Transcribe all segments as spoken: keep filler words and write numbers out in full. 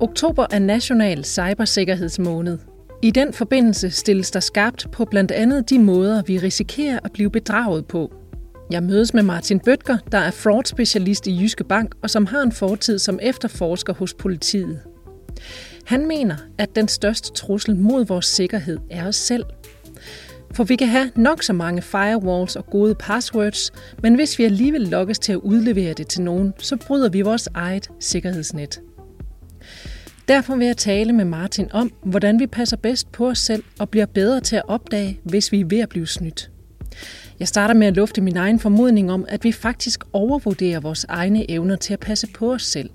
Oktober er national cybersikkerhedsmåned. I den forbindelse stilles der skarpt på blandt andet de måder, vi risikerer at blive bedraget på. Jeg mødes med Martin Bødker, der er fraud-specialist i Jyske Bank og som har en fortid som efterforsker hos politiet. Han mener, at den største trussel mod vores sikkerhed er os selv. For vi kan have nok så mange firewalls og gode passwords, men hvis vi alligevel lokkes til at udlevere det til nogen, så bryder vi vores eget sikkerhedsnet. Derfor vil jeg tale med Martin om, hvordan vi passer bedst på os selv og bliver bedre til at opdage, hvis vi er ved at blive snydt. Jeg starter med at lufte min egen formodning om, at vi faktisk overvurderer vores egne evner til at passe på os selv.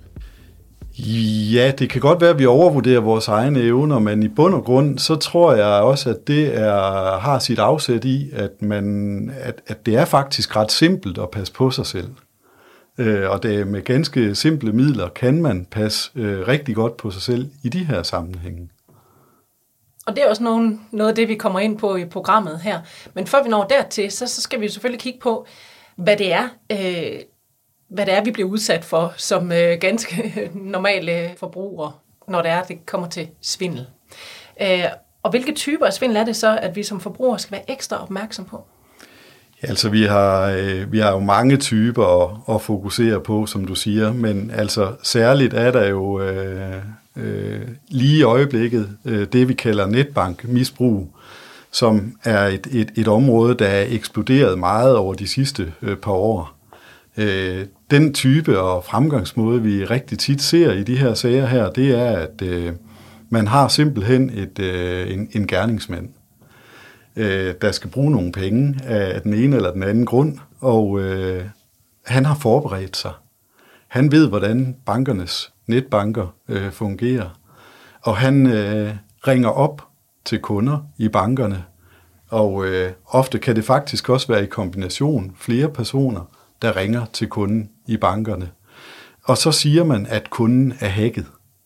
Ja, det kan godt være, at vi overvurderer vores egne evner, men i bund og grund, så tror jeg også, at det er, har sit afsæt i, at, man, at, at det er faktisk ret simpelt at passe på sig selv. Øh, og det med ganske simple midler kan man passe øh, rigtig godt på sig selv i de her sammenhænge. Og det er også nogen, noget af det, vi kommer ind på i programmet her. Men før vi når dertil, så, så skal vi selvfølgelig kigge på, hvad det er, øh, hvad det er, vi bliver udsat for som øh, ganske normale forbrugere, når det er, det kommer til svindel. Øh, og hvilke typer af svindel er det så, at vi som forbrugere skal være ekstra opmærksom på? Ja, altså vi har, øh, vi har jo mange typer at, at fokusere på, som du siger, men altså særligt er der jo øh, øh, lige i øjeblikket øh, det, vi kalder netbankmisbrug, som er et, et, et område, der er eksploderet meget over de sidste øh, par år. Øh, den type og fremgangsmåde, vi rigtig tit ser i de her sager her, det er, at øh, man har simpelthen et, øh, en, en gerningsmand, øh, der skal bruge nogle penge af den ene eller den anden grund, og øh, han har forberedt sig. Han ved, hvordan bankernes netbanker øh, fungerer, og han øh, ringer op til kunder i bankerne, og øh, ofte kan det faktisk også være i kombination flere personer, der ringer til kunden i bankerne. Og så siger man, at kunden er hacket.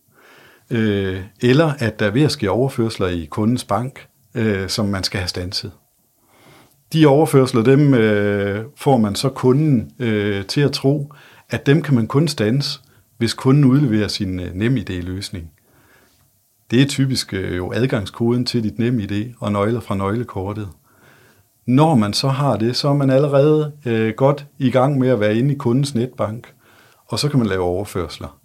Øh, eller at der er ved at ske overførsler i kundens bank, øh, som man skal have standset. De overførsler, dem øh, får man så kunden øh, til at tro, at dem kan man kun standse, hvis kunden udleverer sin øh, NemID-løsning. Det er typisk øh, jo adgangskoden til dit NemID og nøgler fra nøglekortet. Når man så har det, så er man allerede øh, godt i gang med at være inde i kundens netbank, og så kan man lave overførsler.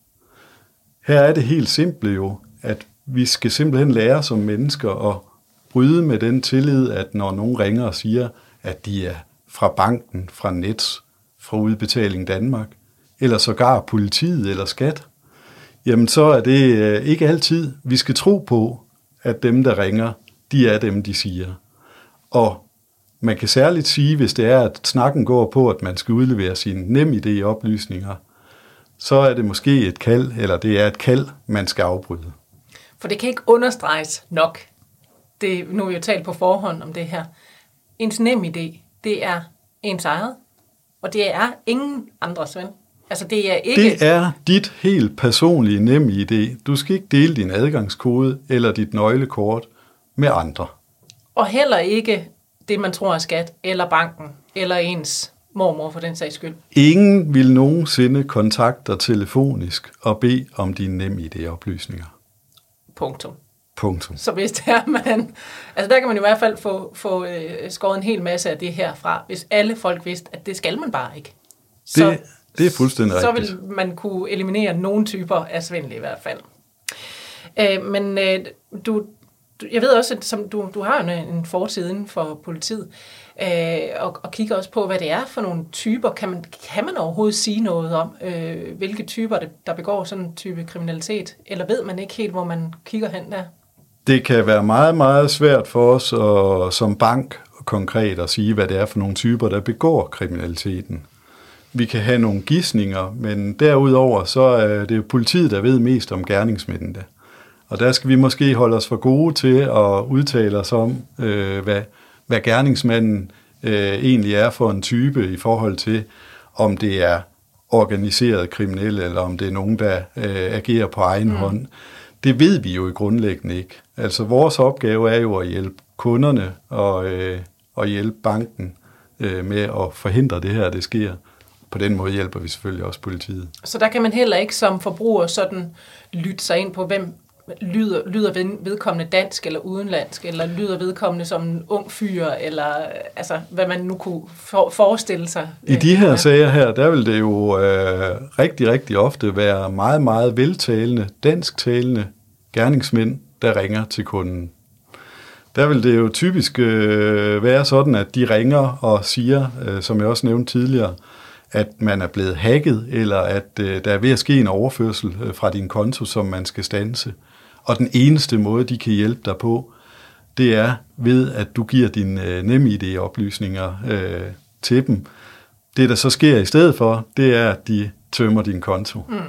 Her er det helt simple jo, at vi skal simpelthen lære som mennesker at bryde med den tillid, at når nogen ringer og siger, at de er fra banken, fra Nets, fra Udbetaling Danmark, eller sågar politiet eller skat, jamen så er det øh, ikke altid, vi skal tro på, at dem, der ringer, de er dem, de siger. Og man kan særligt sige, hvis det er, at snakken går på, at man skal udlevere sine NemID-oplysninger, så er det måske et kald, eller det er et kald, man skal afbryde. For det kan ikke understreges nok. Det, nu er vi jo talt på forhånd om det her. Ens NemID, det er ens eget, og det er ingen andres ven. Altså det er ikke... Det er dit helt personlige NemID. Du skal ikke dele din adgangskode eller dit nøglekort med andre. Og heller ikke det, man tror er skat, eller banken, eller ens mormor for den sags skyld. Ingen vil nogensinde kontakte dig telefonisk og bede om dine NemID-oplysninger. Punktum. Punktum. Så hvis det er man... Altså der kan man i hvert fald få, få øh, skåret en hel masse af det her fra, hvis alle folk vidste, at det skal man bare ikke. Så, det, det er fuldstændig så rigtigt. Så vil man kunne eliminere nogle typer af svindel i hvert fald. Øh, men øh, du... Jeg ved også, at som du, du har jo en fortid inden for politiet, øh, og, og kigger også på, hvad det er for nogle typer. Kan man, kan man overhovedet sige noget om, øh, hvilke typer, der begår sådan en type kriminalitet? Eller ved man ikke helt, hvor man kigger hen der? Det kan være meget, meget svært for os at, som bank konkret at sige, hvad det er for nogle typer, der begår kriminaliteten. Vi kan have nogle gidsninger, men derudover så er det jo politiet, der ved mest om gerningsmændene. Og der skal vi måske holde os for gode til at udtale os om, øh, hvad, hvad gerningsmanden øh, egentlig er for en type i forhold til, om det er organiseret kriminelle, eller om det er nogen, der øh, agerer på egen mm. hånd. Det ved vi jo i grundlæggende ikke. Altså vores opgave er jo at hjælpe kunderne og, øh, og hjælpe banken øh, med at forhindre det her, det sker. på den måde hjælper vi selvfølgelig også politiet. Så der kan man heller ikke som forbruger sådan lytte sig ind på, hvem lyder, lyder vedkommende dansk eller udenlandsk, eller lyder vedkommende som en ung fyr, eller altså, hvad man nu kunne for, forestille sig. I de her sager her, der vil det jo øh, rigtig, rigtig ofte være meget, meget veltalende, dansktalende gerningsmænd, der ringer til kunden. Der vil det jo typisk øh, være sådan, at de ringer og siger, øh, som jeg også nævnte tidligere, at man er blevet hacket, eller at øh, der er ved at ske en overførsel øh, fra din konto, som man skal standse. Og den eneste måde, de kan hjælpe dig på, det er ved, at du giver dine øh, NemID-oplysninger øh, til dem. Det, der så sker i stedet for, det er, at de tømmer din konto. Mm.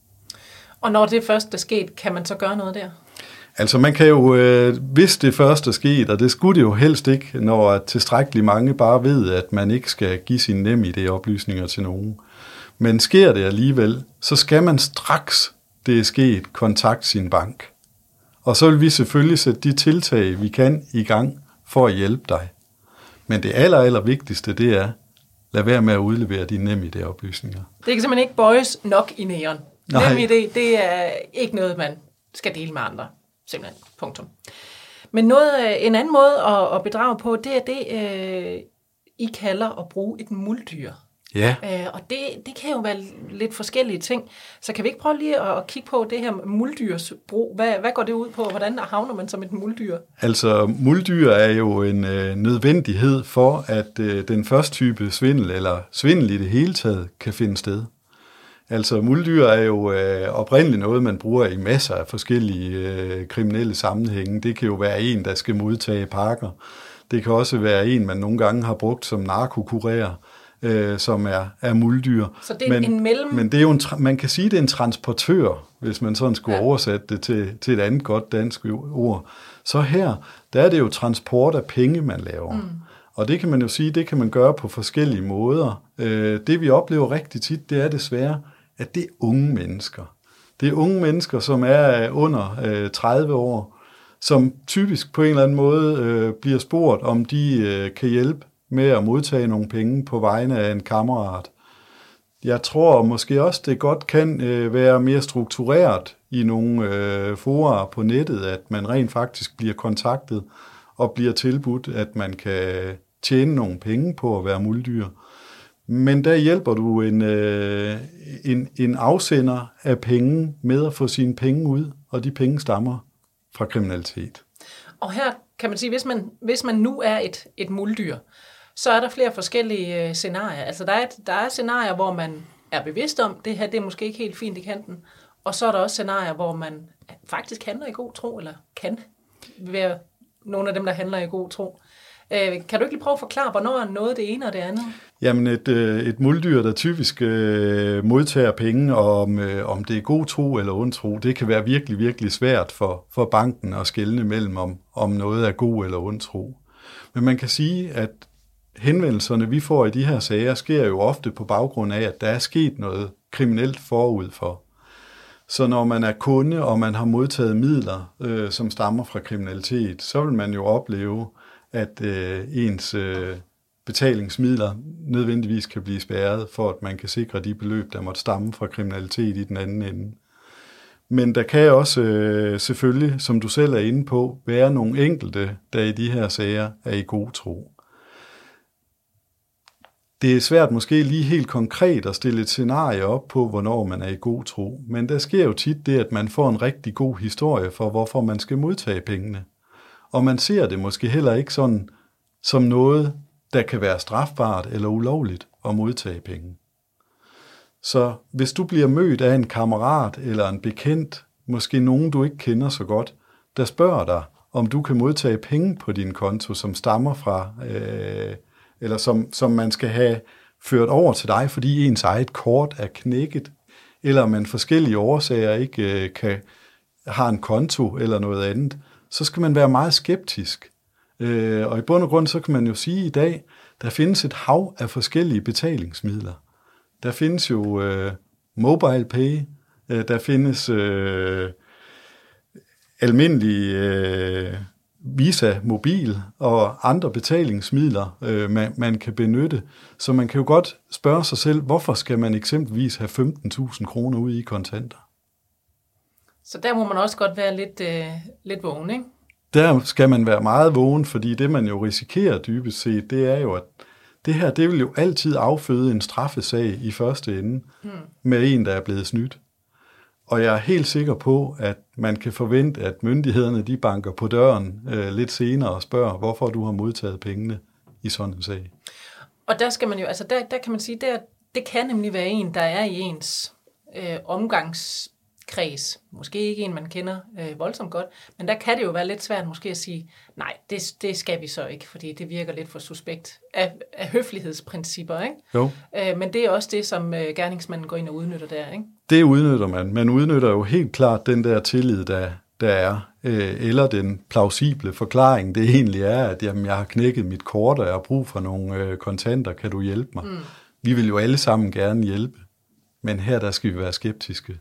Og når det først er sket, kan man så gøre noget der? Altså man kan jo, øh, hvis det først er sket, og det skulle det jo helst ikke, når tilstrækkeligt mange bare ved, at man ikke skal give sine NemID-oplysninger til nogen. Men sker det alligevel, så skal man straks, det er sket, kontakte sin bank. Og så vil vi selvfølgelig sætte de tiltag, vi kan i gang for at hjælpe dig. Men det aller, aller vigtigste, det er, lad være med at udlevere dine NemID-oplysninger. Det kan simpelthen ikke bøjes nok i næren. NemID, det er ikke noget, man skal dele med andre. Simpelthen. Punktum. Men noget, en anden måde at, at bedrage på, det er det, øh, I kalder at bruge et muldyr. Ja. Øh, og det, det kan jo være lidt forskellige ting. Så kan vi ikke prøve lige at, at kigge på det her muldyrsbrug? Hvad, hvad går det ud på? Hvordan havner man som et muldyr? Altså, muldyr er jo en øh, nødvendighed for, at øh, den første type svindel, eller svindel i det hele taget, kan finde sted. Altså, muldyr er jo øh, oprindeligt noget, man bruger i masser af forskellige øh, kriminelle sammenhænge. Det kan jo være en, der skal modtage pakker. Det kan også være en, man nogle gange har brugt som narkokurer, øh, som er, er muldyr. Så det er men, en mellem... Men det er jo en, man kan sige, det er en transportør, hvis man sådan skulle ja. oversætte det til, til et andet godt dansk ord. Så her, der er det jo transport af penge, man laver. Mm. Og det kan man jo sige, det kan man gøre på forskellige måder. Øh, det vi oplever rigtig tit, det er desværre, at det er unge mennesker. Det er unge mennesker, som er under øh, tredive år, som typisk på en eller anden måde øh, bliver spurgt, om de øh, kan hjælpe med at modtage nogle penge på vegne af en kammerat. Jeg tror måske også, det godt kan øh, være mere struktureret i nogle øh, fora på nettet, at man rent faktisk bliver kontaktet og bliver tilbudt, at man kan tjene nogle penge på at være muldyr. Men der hjælper du en, øh, en, en afsender af penge med at få sine penge ud, og de penge stammer fra kriminalitet. Og her kan man sige, hvis man, hvis man nu er et, et muldyr, så er der flere forskellige øh, scenarier. Altså der er, der er scenarier, hvor man er bevidst om, det her det er måske ikke helt fint i kanten, og så er der også scenarier, hvor man faktisk handler i god tro, eller kan være nogle af dem, der handler i god tro. Kan du ikke lige prøve at forklare, hvornår er noget det ene og det andet? Jamen et, et muldyr, der typisk øh, modtager penge, og om, øh, om det er god tro eller ond tro, det kan være virkelig, virkelig svært for, for banken at skelne mellem, om, om noget er god eller ond tro. Men man kan sige, at henvendelserne, vi får i de her sager, sker jo ofte på baggrund af, at der er sket noget kriminelt forud for. Så når man er kunde, og man har modtaget midler, øh, som stammer fra kriminalitet, så vil man jo opleve, at øh, ens øh, betalingsmidler nødvendigvis kan blive spærret, for at man kan sikre de beløb, der måtte stamme fra kriminalitet i den anden ende. Men der kan også øh, selvfølgelig, som du selv er inde på, være nogle enkelte, der i de her sager er i god tro. Det er svært måske lige helt konkret at stille et scenarie op på, hvornår man er i god tro, men der sker jo tit det, at man får en rigtig god historie for, hvorfor man skal modtage pengene. Og man ser det måske heller ikke sådan som noget, der kan være strafbart eller ulovligt at modtage penge. Så hvis du bliver mødt af en kammerat eller en bekendt, måske nogen du ikke kender så godt, der spørger dig, om du kan modtage penge på din konto, som stammer fra, øh, eller som, som man skal have ført over til dig, fordi ens eget kort er knækket, eller man forskellige årsager ikke øh, kan, har en konto eller noget andet, så skal man være meget skeptisk. Øh, og i bund og grund, så kan man jo sige i dag, der findes et hav af forskellige betalingsmidler. Der findes jo øh, mobile pay, øh, der findes øh, almindelige øh, Visa Mobil og andre betalingsmidler, øh, man, man kan benytte. Så man kan jo godt spørge sig selv, hvorfor skal man eksempelvis have femten tusind kroner ude i kontanter? Så der må man også godt være lidt, øh, lidt vågen, ikke? Der skal man være meget vågen, fordi det man jo risikerer dybest set, det er jo, at det her, det vil jo altid afføde en straffesag i første ende hmm. med en, der er blevet snydt. Og jeg er helt sikker på, at man kan forvente, at myndighederne de banker på døren øh, lidt senere og spørger, hvorfor du har modtaget pengene i sådan en sag. Og der skal man jo, altså der, der kan man sige, der, det kan nemlig være en, der er i ens øh, omgangskreds. Måske ikke en, man kender øh, voldsomt godt, men der kan det jo være lidt svært måske at sige, nej, det, det skal vi så ikke, fordi det virker lidt for suspekt af, af høflighedsprincipper, ikke? Jo. Øh, men det er også det, som øh, gerningsmanden går ind og udnytter der, ikke? Det udnytter man. Man udnytter jo helt klart den der tillid, der, der er, øh, eller den plausible forklaring, det egentlig er, at jamen, jeg har knækket mit kort, og jeg har brug for nogle øh, kontanter, kan du hjælpe mig? Mm. Vi vil jo alle sammen gerne hjælpe, men her der skal vi være skeptiske.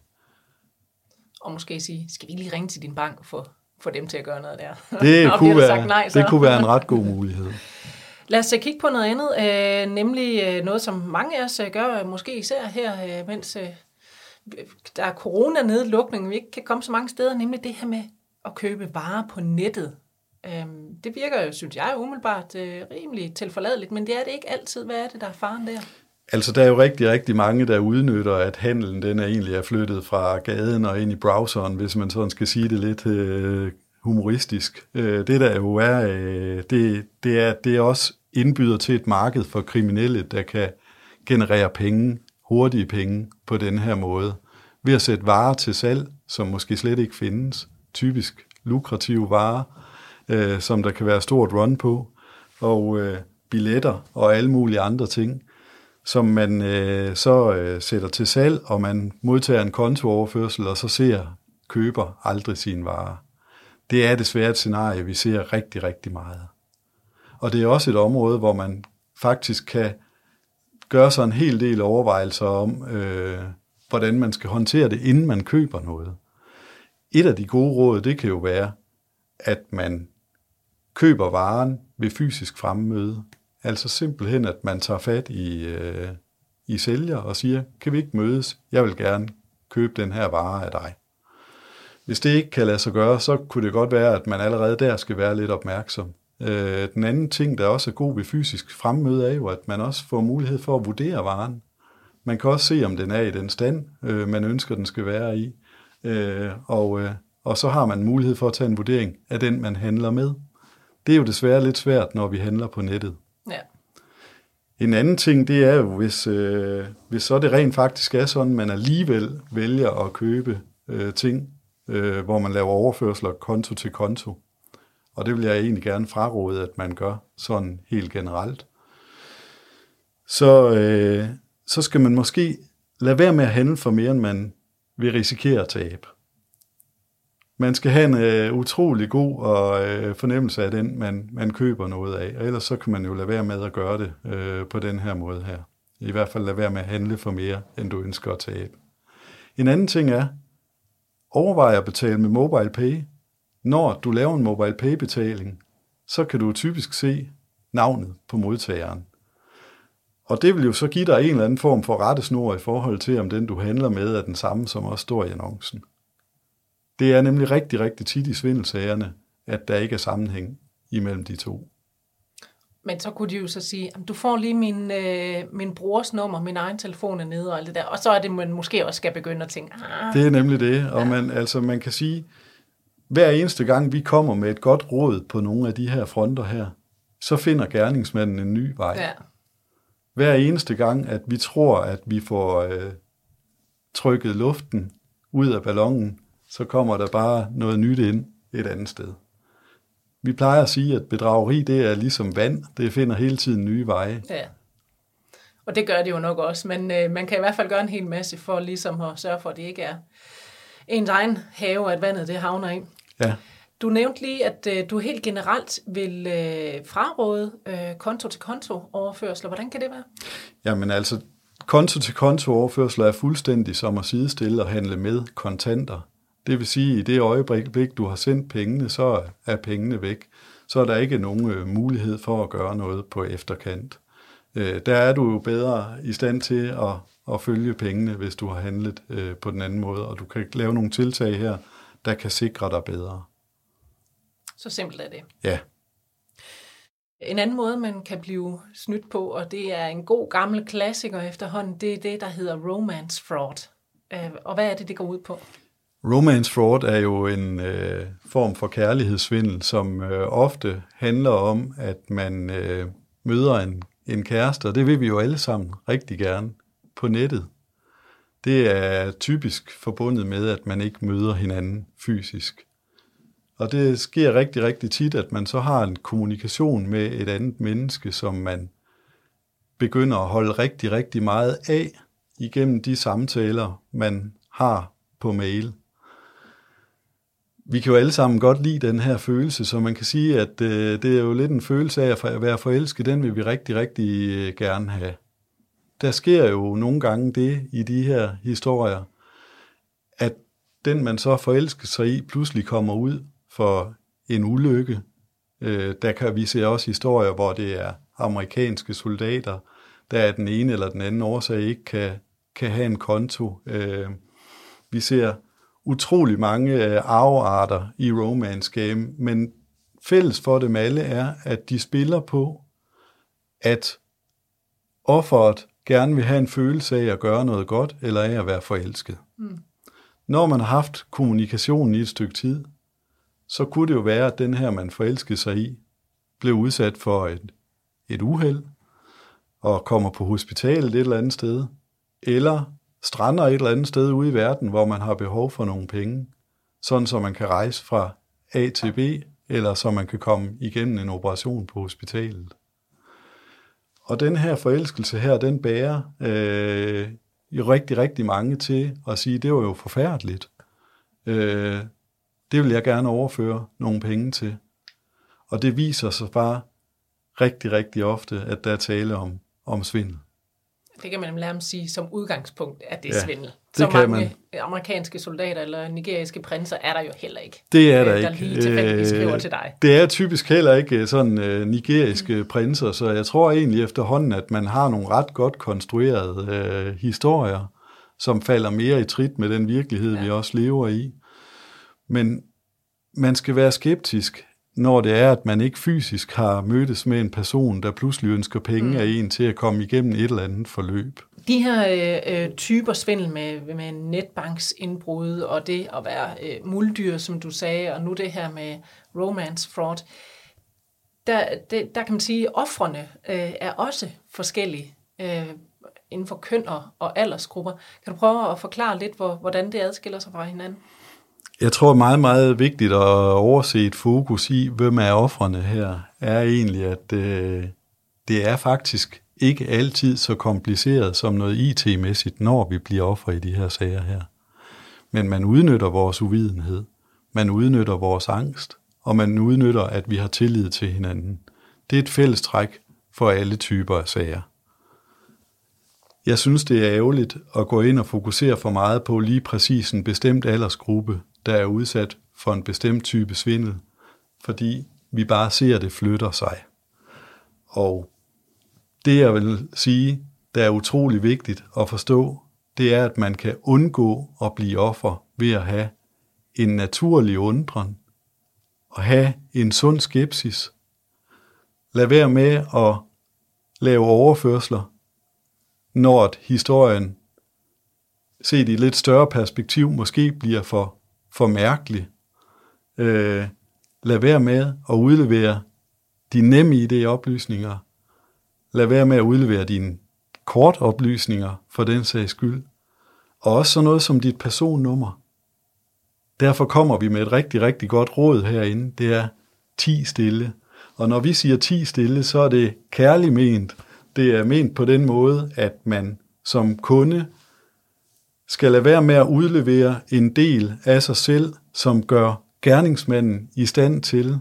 Og måske sige, skal vi lige ringe til din bank for, for dem til at gøre noget der? Det, kunne, være, nej, det kunne være en ret god mulighed. Lad os kigge på noget andet, øh, nemlig øh, noget, som mange af os øh, gør, måske især her, øh, mens øh, der er corona-nedlukning, vi ikke kan komme så mange steder, nemlig det her med at købe varer på nettet. Øh, det virker jo, synes jeg, umiddelbart øh, rimelig tilforladeligt, men det er det ikke altid. Hvad er det, der er faren der? Altså, der er jo rigtig, rigtig mange, der udnytter, at handelen den er egentlig er flyttet fra gaden og ind i browseren, hvis man sådan skal sige det lidt øh, humoristisk. Øh, det der jo er, øh, det, det er, det er også indbyder til et marked for kriminelle, der kan generere penge, hurtige penge på den her måde, ved at sætte varer til salg, som måske slet ikke findes, typisk lukrative varer, øh, som der kan være stort run på, og øh, billetter og alle mulige andre ting, som man øh, så øh, sætter til salg, og man modtager en kontooverførsel, og så ser køber aldrig sine varer. Det er desværre et scenarie, vi ser rigtig, rigtig meget. Og det er også et område, hvor man faktisk kan gøre sig en hel del overvejelser om, øh, hvordan man skal håndtere det, inden man køber noget. Et af de gode råd, det kan jo være, at man køber varen ved fysisk fremmøde. Altså simpelthen, at man tager fat i, øh, i sælger og siger, kan vi ikke mødes? Jeg vil gerne købe den her vare af dig. Hvis det ikke kan lade sig gøre, så kunne det godt være, at man allerede der skal være lidt opmærksom. Øh, den anden ting, der også er god ved fysisk fremmøde, er jo, at man også får mulighed for at vurdere varen. Man kan også se, om den er i den stand, øh, man ønsker, den skal være i. Øh, og, øh, og så har man mulighed for at tage en vurdering af den, man handler med. Det er jo desværre lidt svært, når vi handler på nettet. Ja. En anden ting, det er jo, hvis, øh, hvis så det rent faktisk er sådan, man alligevel vælger at købe øh, ting, øh, hvor man laver overførsler konto til konto. Og det vil jeg egentlig gerne fraråde, at man gør sådan helt generelt. Så, øh, så skal man måske lade være med at handle for mere, end man vil risikere at tabe. Man skal have en øh, utrolig god og, øh, fornemmelse af den, man, man køber noget af. Og ellers så kan man jo lade være med at gøre det øh, på den her måde her. I hvert fald lade være med at handle for mere, end du ønsker at tabe. En anden ting er, overvej at betale med mobile pay. Når du laver en mobile pay-betaling, så kan du typisk se navnet på modtageren. Og det vil jo så give dig en eller anden form for rettesnor i forhold til, om den du handler med er den samme, som også står i annoncen. Det er nemlig rigtig, rigtig tit i svindelsagerne, at der ikke er sammenhæng imellem de to. Men så kunne de jo så sige, du får lige min, øh, min brors nummer, min egen telefon er nede og alt det der. Og så er det, man måske også skal begynde at tænke, ah. Det er nemlig det, og man, altså, man kan sige, hver eneste gang vi kommer med et godt råd på nogle af de her fronter her, så finder gerningsmanden en ny vej. Ja. Hver eneste gang, at vi tror, at vi får øh, trykket luften ud af ballonen, så kommer der bare noget nyt ind et andet sted. Vi plejer at sige, at bedrageri, det er ligesom vand. Det finder hele tiden nye veje. Ja, og det gør det jo nok også. Men øh, man kan i hvert fald gøre en hel masse for ligesom at sørge for, at det ikke er ens egen have, at vandet det havner i. Ja. Du nævnte lige, at øh, du helt generelt vil øh, fraråde øh, konto-til-konto overførsler. Hvordan kan det være? Jamen altså, konto-til-konto overførsler er fuldstændig som at sidestille og handle med kontanter. Det vil sige, at i det øjeblik, du har sendt pengene, så er pengene væk. Så er der ikke nogen øh, mulighed for at gøre noget på efterkant. Øh, der er du jo bedre i stand til at, at følge pengene, hvis du har handlet øh, på den anden måde, og du kan lave nogle tiltag her, der kan sikre dig bedre. Så simpelt er det. Ja. En anden måde, man kan blive snydt på, og det er en god gammel klassiker efterhånden, det er det, der hedder romance fraud. Og hvad er det, det går ud på? Romance fraud er jo en øh, form for kærlighedssvindel, som øh, ofte handler om, at man øh, møder en, en kæreste, og det vil vi jo alle sammen rigtig gerne på nettet. Det er typisk forbundet med, at man ikke møder hinanden fysisk. Og det sker rigtig, rigtig tit, at man så har en kommunikation med et andet menneske, som man begynder at holde rigtig, rigtig meget af igennem de samtaler, man har på mail. Vi kan jo alle sammen godt lide den her følelse, så man kan sige, at øh, det er jo lidt en følelse af at være forelsket, den vil vi rigtig, rigtig øh, gerne have. Der sker jo nogle gange det i de her historier, at den man så forelsker sig i, pludselig kommer ud for en ulykke. Øh, der kan vi se også historier, hvor det er amerikanske soldater, der af den ene eller den anden årsag ikke kan, kan have en konto. Øh, vi ser utrolig mange øh, arvearter i romance game, men fælles for dem alle er, at de spiller på, at offeret gerne vil have en følelse af at gøre noget godt, eller af at være forelsket. Mm. Når man har haft kommunikationen i et stykke tid, så kunne det jo være, at den her, man forelskede sig i, blev udsat for et, et uheld, og kommer på hospitalet et eller andet sted, eller strander et eller andet sted ude i verden, hvor man har behov for nogle penge, sådan så man kan rejse fra A til B, eller så man kan komme igennem en operation på hospitalet. Og den her forelskelse her, den bærer øh, jo rigtig, rigtig mange til at sige, det var jo forfærdeligt. Øh, det vil jeg gerne overføre nogle penge til. Og det viser sig bare rigtig, rigtig ofte, at der er tale om, om svindel. Det kan man nærmest sige som udgangspunkt, at det er ja, svindel. Det så mange man. amerikanske soldater eller nigeriske prinser er der jo heller ikke. Det er der, der ikke. Der lige tilfældigvis skriver til dig. Det er typisk heller ikke sådan uh, nigeriske mm. prinser, så jeg tror egentlig efterhånden, at man har nogle ret godt konstruerede uh, historier, som falder mere i trit med den virkelighed, ja. vi også lever i. Men man skal være skeptisk, når det er, at man ikke fysisk har mødtes med en person, der pludselig ønsker penge mm. af en til at komme igennem et eller andet forløb. De her øh, typer svindel med, med netbanksindbrud og det at være øh, muldyr, som du sagde, og nu det her med romance fraud, der, det, der kan man sige, at ofrene øh, er også forskellige øh, inden for køn og, og aldersgrupper. Kan du prøve at forklare lidt, hvor, hvordan det adskiller sig fra hinanden? Jeg tror meget, meget vigtigt at overse et fokus i, hvem er ofrene her, er egentlig, at øh, det er faktisk ikke altid så kompliceret som noget I T-mæssigt, når vi bliver ofre i de her sager her. Men man udnytter vores uvidenhed, man udnytter vores angst, og man udnytter, at vi har tillid til hinanden. Det er et fællestræk for alle typer af sager. Jeg synes, det er ærgerligt at gå ind og fokusere for meget på lige præcis en bestemt aldersgruppe, der er udsat for en bestemt type svindel, fordi vi bare ser, at det flytter sig. Og det, jeg vil sige, der er utrolig vigtigt at forstå, det er, at man kan undgå at blive offer ved at have en naturlig undren, og have en sund skepsis. Lad være med at lave overførsler, når historien, set i et lidt større perspektiv, måske bliver for, for mærkelig. Øh, lad være med at udlevere de nemme I D-oplysninger. Lad være med at udlevere dine kortoplysninger for den sags skyld. Og også sådan noget som dit personnummer. Derfor kommer vi med et rigtig, rigtig godt råd herinde. Det er ti stille. Og når vi siger ti stille, så er det kærligt ment. Det er ment på den måde, at man som kunde skal lade være med at udlevere en del af sig selv, som gør gerningsmanden i stand til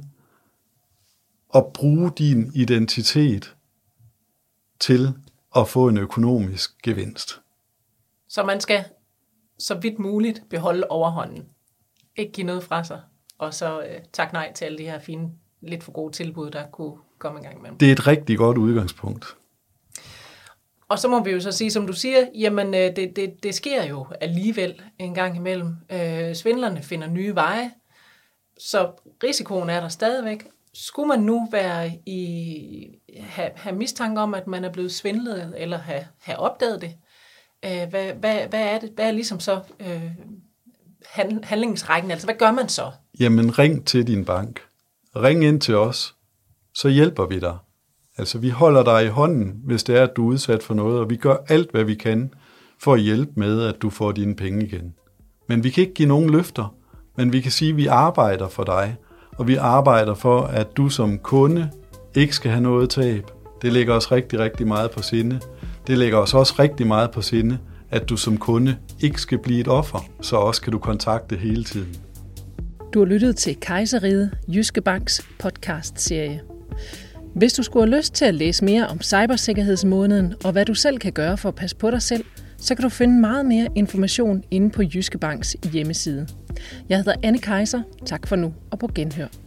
at bruge din identitet til at få en økonomisk gevinst. Så man skal så vidt muligt beholde overhånden. ikke give noget fra sig, og så øh, tak nej til alle de her fine, lidt for gode tilbud, der kunne komme en gang imellem. Det er et rigtig godt udgangspunkt. Og så må vi jo så sige, som du siger, jamen det, det, det sker jo alligevel en gang imellem. Øh, svindlerne finder nye veje, så risikoen er der stadigvæk. Skulle man nu være i, have, have mistanke om, at man er blevet svindlet, eller have, have opdaget det, øh, hvad, hvad, hvad er det? Hvad er ligesom så øh, handlingsrækken? Altså, hvad gør man så? Jamen, ring til din bank. Ring ind til os, så hjælper vi dig. Altså, vi holder dig i hånden, hvis det er, at du er udsat for noget, og vi gør alt, hvad vi kan, for at hjælpe med, at du får dine penge igen. Men vi kan ikke give nogen løfter, men vi kan sige, at vi arbejder for dig, og vi arbejder for, at du som kunde ikke skal have noget tab. Det ligger os rigtig, rigtig meget på sinde. Det ligger os også rigtig meget på sinde, at du som kunde ikke skal blive et offer, så også kan du kontakte hele tiden. Du har lyttet til Kejserriget, Jyske Banks podcast-serie. Hvis du skulle have lyst til at læse mere om cybersikkerhedsmåneden og hvad du selv kan gøre for at passe på dig selv, så kan du finde meget mere information inde på Jyske Banks hjemmeside. Jeg hedder Anne Kejser. Tak for nu og på genhør.